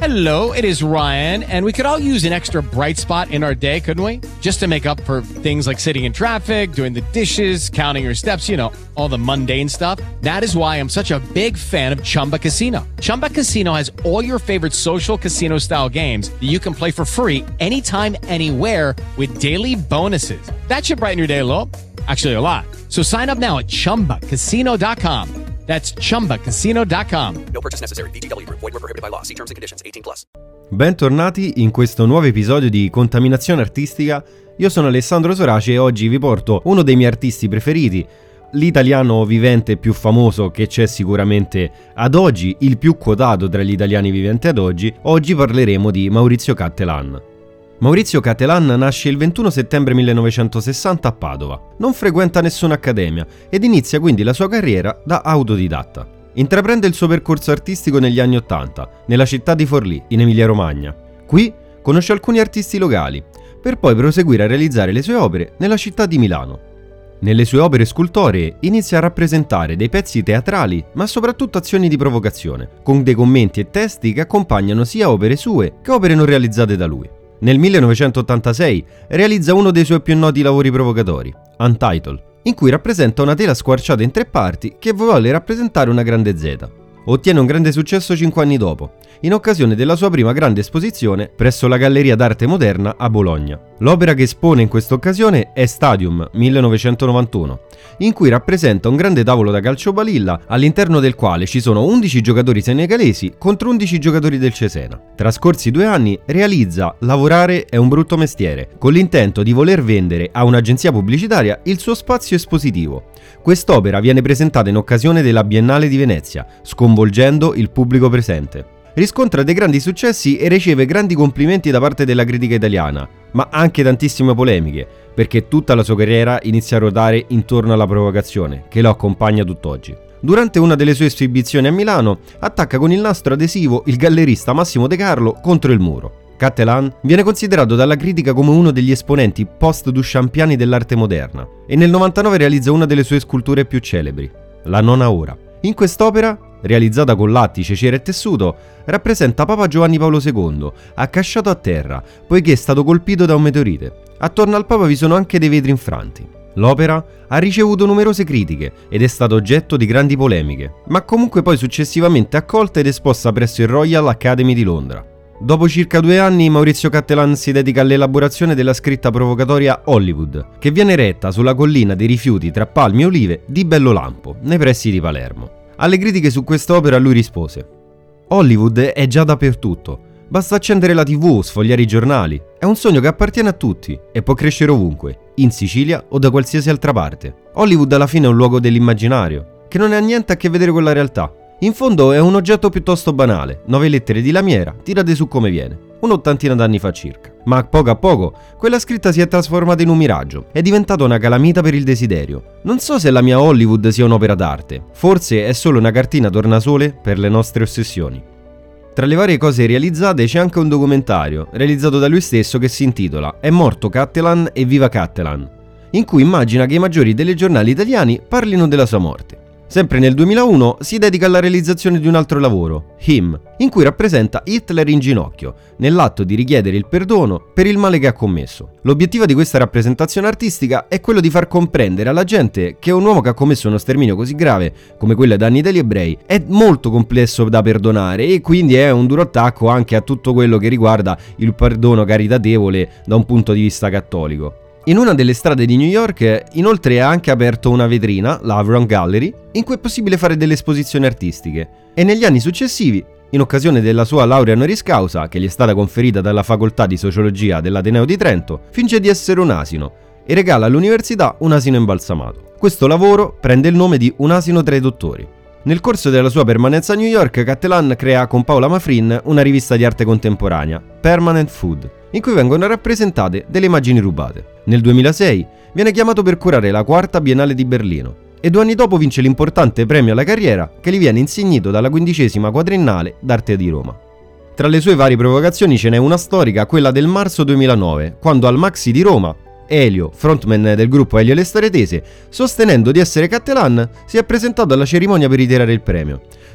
Hello, it is Ryan, and we could all use an extra bright spot in our day, couldn't we? Just to make up for things like sitting in traffic, doing the dishes, counting your steps, you know, all the mundane stuff. That is why I'm such a big fan of Chumba Casino. Chumba Casino has all your favorite social casino-style games that you can play for free anytime, anywhere with daily bonuses. That should brighten your day a little. Actually, a lot. So sign up now at ChumbaCasino.com. That's ChumbaCasino.com. No purchase necessary. VGW Group. Void where prohibited by law. See terms and conditions. 18+. Bentornati in questo nuovo episodio di Contaminazione Artistica. Io sono Alessandro Sorace e oggi vi porto uno dei miei artisti preferiti, l'italiano vivente più famoso che c'è sicuramente ad oggi, il più quotato tra gli italiani viventi ad oggi. Oggi parleremo di Maurizio Cattelan. Maurizio Cattelan nasce il 21 settembre 1960 a Padova. Non frequenta nessuna accademia ed inizia quindi la sua carriera da autodidatta. Intraprende il suo percorso artistico negli anni '80, nella città di Forlì, in Emilia-Romagna. Qui conosce alcuni artisti locali, per poi proseguire a realizzare le sue opere nella città di Milano. Nelle sue opere scultoree inizia a rappresentare dei pezzi teatrali, ma soprattutto azioni di provocazione, con dei commenti e testi che accompagnano sia opere sue che opere non realizzate da lui. Nel 1986 realizza uno dei suoi più noti lavori provocatori, Untitled, in cui rappresenta una tela squarciata in 3 parti che vuole rappresentare una grande Z. Ottiene un grande successo 5 anni dopo, in occasione della sua prima grande esposizione presso la Galleria d'Arte Moderna a Bologna. L'opera che espone in questa occasione è Stadium 1991, in cui rappresenta un grande tavolo da calcio balilla all'interno del quale ci sono 11 giocatori senegalesi contro 11 giocatori del Cesena. Trascorsi 2 anni realizza Lavorare è un brutto mestiere, con l'intento di voler vendere a un'agenzia pubblicitaria il suo spazio espositivo. Quest'opera viene presentata in occasione della Biennale di Venezia, sconvolgendo il pubblico presente. Riscontra dei grandi successi e riceve grandi complimenti da parte della critica italiana, ma anche tantissime polemiche, perché tutta la sua carriera inizia a ruotare intorno alla provocazione, che lo accompagna tutt'oggi. Durante una delle sue esibizioni a Milano, attacca con il nastro adesivo il gallerista Massimo De Carlo contro il muro. Cattelan viene considerato dalla critica come uno degli esponenti post-duchampiani dell'arte moderna e nel 99 realizza una delle sue sculture più celebri, la Nona Ora. In quest'opera, realizzata con lattice, cera e tessuto, rappresenta Papa Giovanni Paolo II, accasciato a terra, poiché è stato colpito da un meteorite. Attorno al Papa vi sono anche dei vetri infranti. L'opera ha ricevuto numerose critiche ed è stato oggetto di grandi polemiche, ma comunque poi successivamente accolta ed esposta presso il Royal Academy di Londra. Dopo circa 2 anni, Maurizio Cattelan si dedica all'elaborazione della scritta provocatoria Hollywood, che viene eretta sulla collina dei rifiuti tra palme e olive di Bellolampo, nei pressi di Palermo. Alle critiche su quest'opera lui rispose: Hollywood è già dappertutto, basta accendere la TV o sfogliare i giornali, è un sogno che appartiene a tutti e può crescere ovunque, in Sicilia o da qualsiasi altra parte. Hollywood alla fine è un luogo dell'immaginario, che non ha niente a che vedere con la realtà. In fondo è un oggetto piuttosto banale, 9 lettere di lamiera tirate su come viene, un'ottantina d'anni fa circa. Ma a poco quella scritta si è trasformata in un miraggio, è diventata una calamita per il desiderio. Non so se la mia Hollywood sia un'opera d'arte, forse è solo una cartina tornasole per le nostre ossessioni. Tra le varie cose realizzate c'è anche un documentario, realizzato da lui stesso, che si intitola È morto Cattelan e viva Cattelan, in cui immagina che i maggiori telegiornali italiani parlino della sua morte. Sempre nel 2001 si dedica alla realizzazione di un altro lavoro, Him, in cui rappresenta Hitler in ginocchio, nell'atto di richiedere il perdono per il male che ha commesso. L'obiettivo di questa rappresentazione artistica è quello di far comprendere alla gente che un uomo che ha commesso uno sterminio così grave come quello ai danni degli ebrei è molto complesso da perdonare e quindi è un duro attacco anche a tutto quello che riguarda il perdono caritatevole da un punto di vista cattolico. In una delle strade di New York, inoltre, ha anche aperto una vetrina, la Avron Gallery, in cui è possibile fare delle esposizioni artistiche. E negli anni successivi, in occasione della sua laurea honoris causa, che gli è stata conferita dalla Facoltà di Sociologia dell'Ateneo di Trento, finge di essere un asino e regala all'università un asino imbalsamato. Questo lavoro prende il nome di Un asino tra i dottori. Nel corso della sua permanenza a New York, Cattelan crea con Paola Mafrin una rivista di arte contemporanea, Permanent Food, in cui vengono rappresentate delle immagini rubate. Nel 2006 viene chiamato per curare la 4ª Biennale di Berlino e 2 anni dopo vince l'importante premio alla carriera che gli viene insignito dalla 15ª Quadriennale d'Arte di Roma. Tra le sue varie provocazioni ce n'è una storica, quella del marzo 2009, quando al Maxi di Roma Elio, frontman del gruppo Elio e le Storie Tese, sostenendo di essere Cattelan, si è presentato alla cerimonia per ritirare il premio.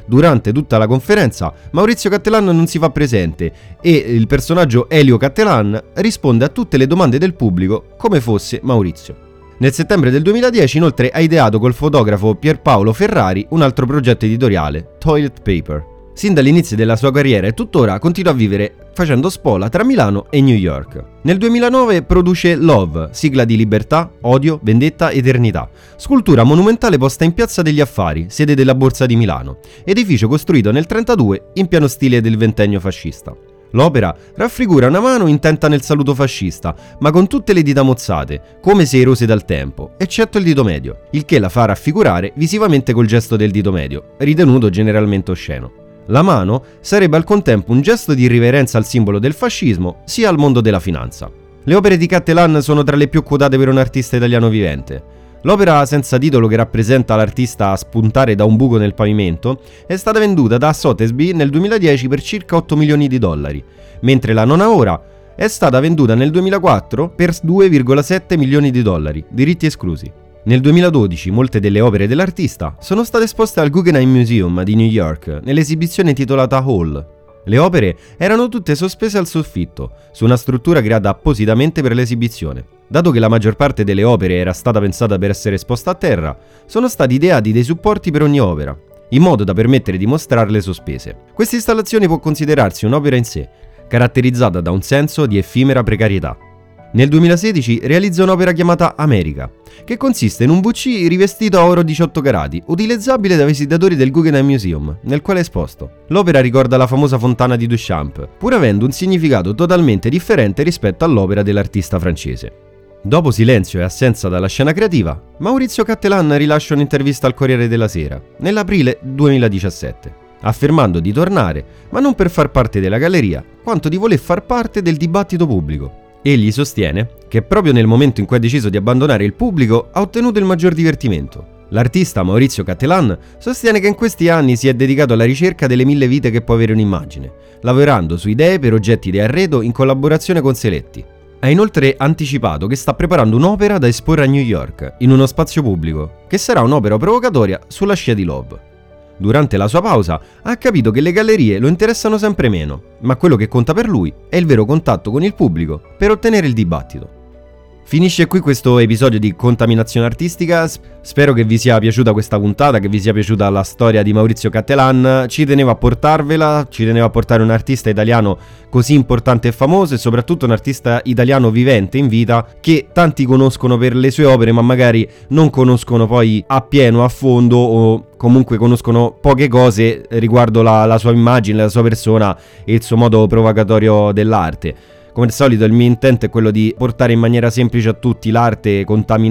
Durante tutta la conferenza Maurizio Cattelan non si fa presente e il personaggio Elio Cattelan risponde a tutte le domande del pubblico come fosse Maurizio. Nel settembre del 2010 inoltre ha ideato col fotografo Pierpaolo Ferrari un altro progetto editoriale, Toilet Paper. Sin dall'inizio della sua carriera e tuttora continua a vivere facendo spola tra Milano e New York. Nel 2009 produce Love, sigla di Libertà, Odio, Vendetta, Eternità, scultura monumentale posta in Piazza degli Affari, sede della Borsa di Milano, edificio costruito nel 1932 in pieno stile del ventennio fascista. L'opera raffigura una mano intenta nel saluto fascista, ma con tutte le dita mozzate, come se erose dal tempo, eccetto il dito medio, il che la fa raffigurare visivamente col gesto del dito medio, ritenuto generalmente osceno. La mano sarebbe al contempo un gesto di irriverenza al simbolo del fascismo, sia al mondo della finanza. Le opere di Cattelan sono tra le più quotate per un artista italiano vivente. L'opera senza titolo che rappresenta l'artista a spuntare da un buco nel pavimento è stata venduta da Sotheby's nel 2010 per circa 8 milioni di dollari, mentre la nona ora è stata venduta nel 2004 per 2,7 milioni di dollari, diritti esclusi. Nel 2012 molte delle opere dell'artista sono state esposte al Guggenheim Museum di New York nell'esibizione intitolata Hall. Le opere erano tutte sospese al soffitto, su una struttura creata appositamente per l'esibizione. Dato che la maggior parte delle opere era stata pensata per essere esposta a terra, sono stati ideati dei supporti per ogni opera, in modo da permettere di mostrarle sospese. Questa installazione può considerarsi un'opera in sé, caratterizzata da un senso di effimera precarietà. Nel 2016 realizza un'opera chiamata America, che consiste in un VC rivestito a oro 18 carati, utilizzabile dai visitatori del Guggenheim Museum, nel quale è esposto. L'opera ricorda la famosa fontana di Duchamp, pur avendo un significato totalmente differente rispetto all'opera dell'artista francese. Dopo silenzio e assenza dalla scena creativa, Maurizio Cattelan rilascia un'intervista al Corriere della Sera, nell'aprile 2017, affermando di tornare, ma non per far parte della galleria, quanto di voler far parte del dibattito pubblico. Egli sostiene che proprio nel momento in cui ha deciso di abbandonare il pubblico ha ottenuto il maggior divertimento. L'artista Maurizio Cattelan sostiene che in questi anni si è dedicato alla ricerca delle 1000 vite che può avere un'immagine, lavorando su idee per oggetti di arredo in collaborazione con Seletti. Ha inoltre anticipato che sta preparando un'opera da esporre a New York, in uno spazio pubblico, che sarà un'opera provocatoria sulla scia di Love. Durante la sua pausa ha capito che le gallerie lo interessano sempre meno, ma quello che conta per lui è il vero contatto con il pubblico per ottenere il dibattito. Finisce qui questo episodio di Contaminazione Artistica, spero che vi sia piaciuta questa puntata, che vi sia piaciuta la storia di Maurizio Cattelan, ci tenevo a portarvela, ci tenevo a portare un artista italiano così importante e famoso e soprattutto un artista italiano vivente in vita che tanti conoscono per le sue opere ma magari non conoscono poi appieno, a fondo o comunque conoscono poche cose riguardo la sua immagine, la sua persona e il suo modo provocatorio dell'arte. Come al solito il mio intento è quello di portare in maniera semplice a tutti l'arte,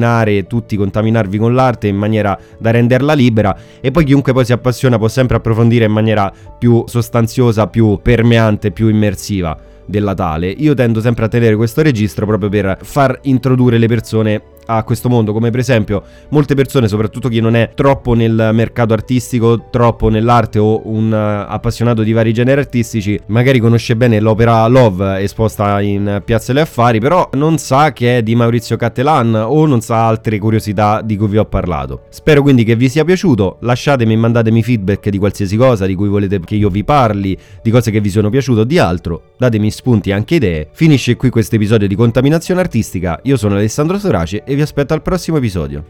contaminarvi con l'arte in maniera da renderla libera e poi chiunque poi si appassiona può sempre approfondire in maniera più sostanziosa, più permeante, più immersiva della tale. Io tendo sempre a tenere questo registro proprio per far introdurre le persone a questo mondo, come per esempio molte persone, soprattutto chi non è troppo nel mercato artistico, troppo nell'arte o un appassionato di vari generi artistici, magari conosce bene l'opera Love esposta in Piazza degli Affari, però non sa che è di Maurizio Cattelan o non sa altre curiosità di cui vi ho parlato. Spero quindi che vi sia piaciuto, lasciatemi e mandatemi feedback di qualsiasi cosa di cui volete che io vi parli, di cose che vi sono piaciute o di altro, datemi spunti e anche idee. Finisce qui questo episodio di Contaminazione Artistica, io sono Alessandro Sorace e vi aspetto al prossimo episodio.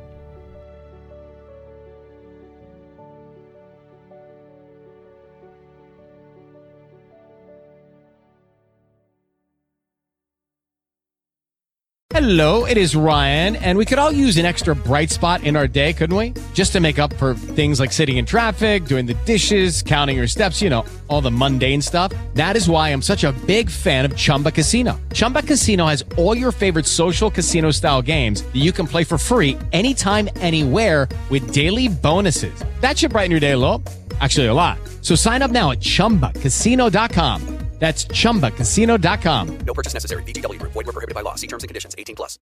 Hello, it is Ryan, and we could all use an extra bright spot in our day, couldn't we? Just to make up for things like sitting in traffic, doing the dishes, counting your steps, you know, all the mundane stuff. That is why I'm such a big fan of Chumba Casino. Chumba Casino has all your favorite social casino-style games that you can play for free anytime, anywhere with daily bonuses. That should brighten your day a little. Actually, a lot. So sign up now at ChumbaCasino.com. That's ChumbaCasino.com. No purchase necessary. VGW Group. Void where prohibited by law. See terms and conditions. 18+.